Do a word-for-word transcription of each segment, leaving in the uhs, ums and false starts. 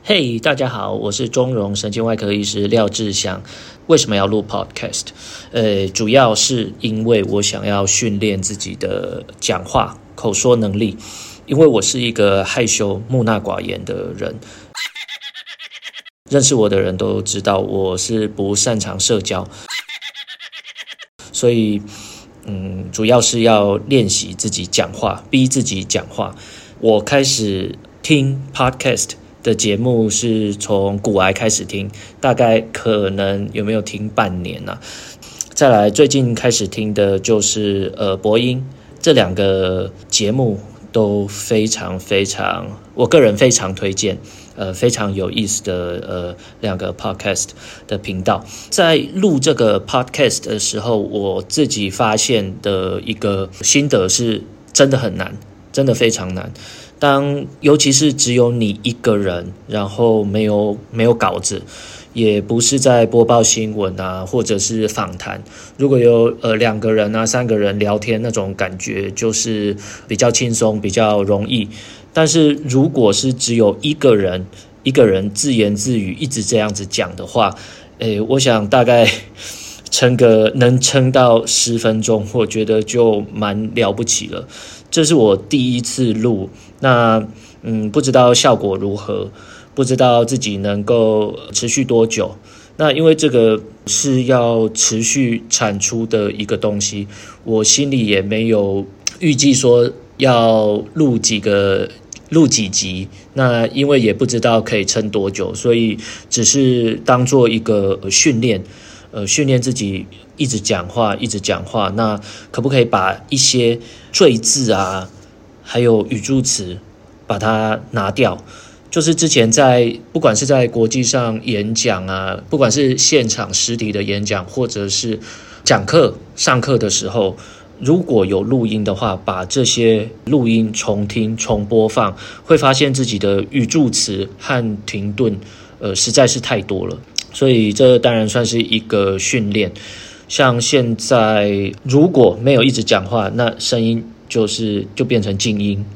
嘿、hey, 大家好，我是中荣神经外科医师廖志祥。为什么要录 podcast？ 呃，主要是因为我想要训练自己的讲话口说能力，因为我是一个害羞木讷寡言的人。认识我的人都知道我是不擅长社交，所以嗯，主要是要练习自己讲话，逼自己讲话。我开始听 podcast的节目是从股癌开始听，大概可能有没有听半年啊？再来最近开始听的就是呃博音，这两个节目都非常非常，我个人非常推荐，呃非常有意思的呃两个 podcast 的频道。在录这个 podcast 的时候，我自己发现的一个心得是，真的很难，真的非常难。当尤其是只有你一个人，然后没有没有稿子，也不是在播报新闻啊，或者是访谈。如果有呃两个人啊、三个人聊天，那种感觉就是比较轻松、比较容易。但是如果是只有一个人，一个人自言自语，一直这样子讲的话，诶，我想大概撑个能撑到十分钟，我觉得就蛮了不起了。这是我第一次录，那嗯，不知道效果如何，不知道自己能够持续多久。那因为这个是要持续产出的一个东西，我心里也没有预计说要录几个录几集，那因为也不知道可以撑多久，所以只是当做一个训练。呃，训练自己一直讲话，一直讲话。那可不可以把一些赘字啊，还有语助词，把它拿掉？就是之前在不管是在国际上演讲啊，不管是现场实体的演讲，或者是讲课、上课的时候，如果有录音的话，把这些录音重听、重播放，会发现自己的语助词和停顿，呃，实在是太多了。所以这当然算是一个训练。像现在如果没有一直讲话，那声音就是就变成静音，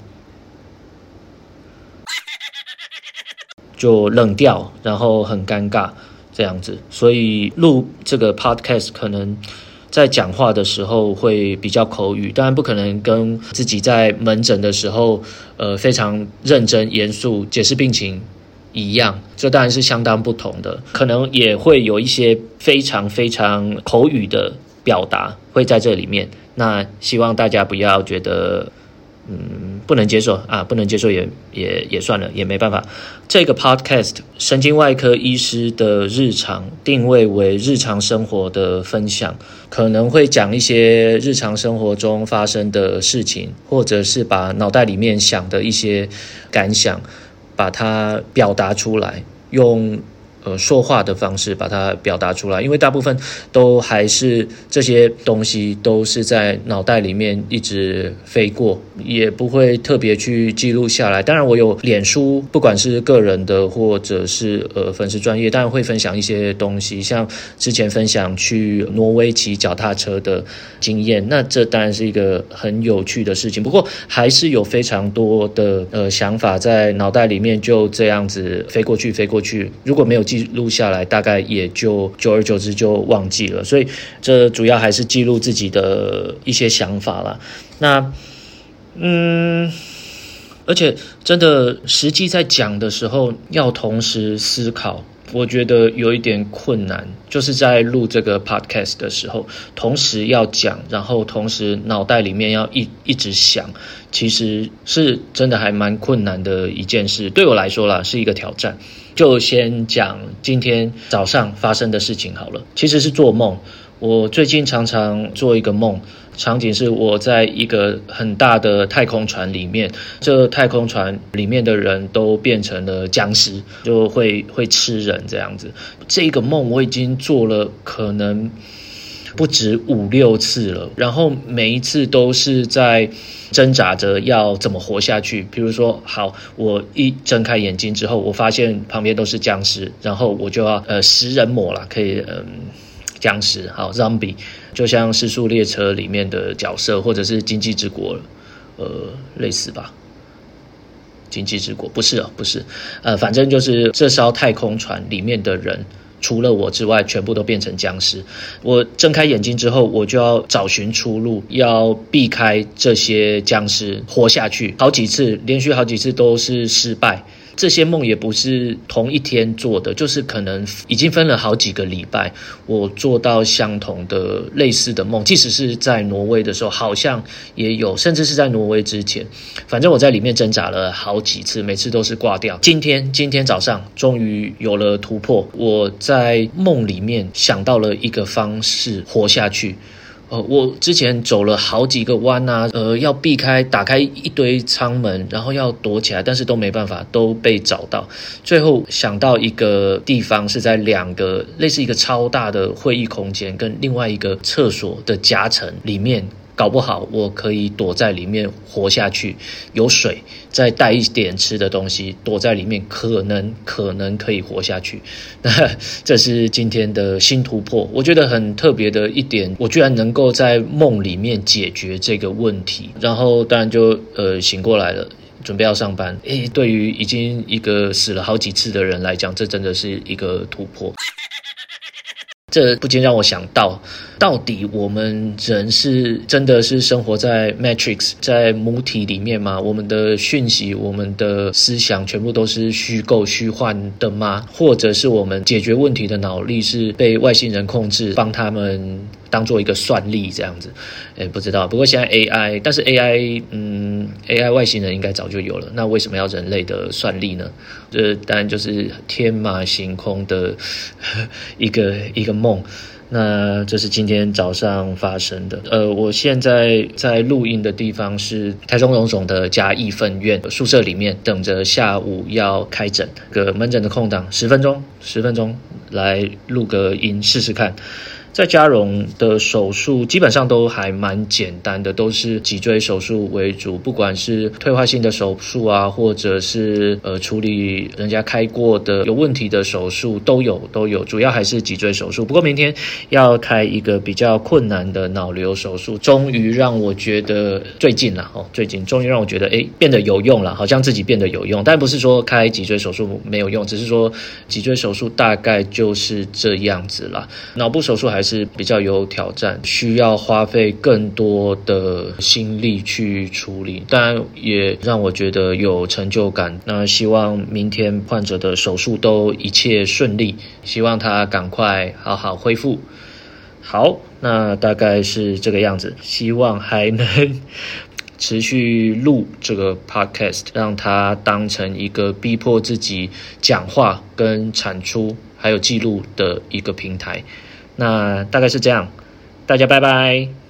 就冷掉，然后很尴尬这样子。所以录这个 podcast 可能在讲话的时候会比较口语，当然不可能跟自己在门诊的时候呃非常认真严肃解释病情一样，这当然是相当不同的，可能也会有一些非常非常口语的表达会在这里面。那希望大家不要觉得嗯不能接受啊，不能接受也也也算了，也没办法。这个 podcast 神经外科医师的日常定位为日常生活的分享，可能会讲一些日常生活中发生的事情，或者是把脑袋里面想的一些感想把它表达出来，用呃说话的方式把它表达出来。因为大部分都还是这些东西都是在脑袋里面一直飞过，也不会特别去记录下来。当然我有脸书，不管是个人的或者是呃粉丝专页，当然会分享一些东西，像之前分享去挪威骑脚踏车的经验，那这当然是一个很有趣的事情。不过还是有非常多的呃想法在脑袋里面就这样子飞过去飞过去，如果没有记录下来，大概也就久而久之就忘记了。所以这主要还是记录自己的一些想法啦。那嗯，而且真的实际在讲的时候要同时思考，我觉得有一点困难，就是在录这个 podcast 的时候，同时要讲，然后同时脑袋里面要一一直想，其实是真的还蛮困难的一件事。对我来说啦，是一个挑战。就先讲今天早上发生的事情好了。其实是做梦，我最近常常做一个梦，场景是我在一个很大的太空船里面，这太空船里面的人都变成了僵尸，就会会吃人这样子。这个梦我已经做了可能不止五六次了，然后每一次都是在挣扎着要怎么活下去。比如说，好，我一睁开眼睛之后，我发现旁边都是僵尸，然后我就要呃食人魔啦，可以嗯僵尸，好 zombie， 就像失速列车里面的角色，或者是经济之国，呃类似吧。 经济之国，不是哦，不是，呃，反正就是这艘太空船里面的人，除了我之外，全部都变成僵尸。我睁开眼睛之后，我就要找寻出路，要避开这些僵尸，活下去。好几次，连续好几次都是失败。这些梦也不是同一天做的，就是可能已经分了好几个礼拜，我做到相同的类似的梦，即使是在挪威的时候好像也有，甚至是在挪威之前，反正我在里面挣扎了好几次，每次都是挂掉。今天今天早上终于有了突破，我在梦里面想到了一个方式活下去。呃，我之前走了好几个弯啊，呃，要避开打开一堆舱门，然后要躲起来，但是都没办法，都被找到。最后想到一个地方是在两个类似一个超大的会议空间跟另外一个厕所的夹层里面，搞不好我可以躲在里面活下去，有水，再带一点吃的东西，躲在里面可能可能可以活下去。那这是今天的新突破，我觉得很特别的一点，我居然能够在梦里面解决这个问题，然后当然就呃醒过来了。准备要上班，诶，对于已经一个死了好几次的人来讲，这真的是一个突破。这不禁让我想到，到底我们人是真的是生活在 Matrix 在母体里面吗？我们的讯息，我们的思想全部都是虚构虚幻的吗？或者是我们解决问题的脑力是被外星人控制，帮他们当做一个算力这样子？诶，不知道。不过现在 A I， 但是 A I 嗯 A I 外星人应该早就有了，那为什么要人类的算力呢？这当然就是天马行空的一个一个梦。那这是今天早上发生的。呃，我现在在录音的地方是台中荣总的嘉义分院宿舍里面，等着下午要开诊，个门诊的空档十分钟，十分钟来录个音试试看。在嘉荣的手术基本上都还蛮简单的，都是脊椎手术为主，不管是退化性的手术啊，或者是呃处理人家开过的有问题的手术都有都有，主要还是脊椎手术。不过明天要开一个比较困难的脑瘤手术，终于让我觉得最近啦哦，最近终于让我觉得诶变得有用了，好像自己变得有用。但不是说开脊椎手术没有用，只是说脊椎手术大概就是这样子啦。脑部手术还还是比较有挑战，需要花费更多的心力去处理，当然也让我觉得有成就感。那希望明天患者的手术都一切顺利，希望他赶快好好恢复。好，那大概是这个样子，希望还能持续录这个 podcast， 让它当成一个逼迫自己讲话跟产出还有记录的一个平台。那大概是这样，大家拜拜。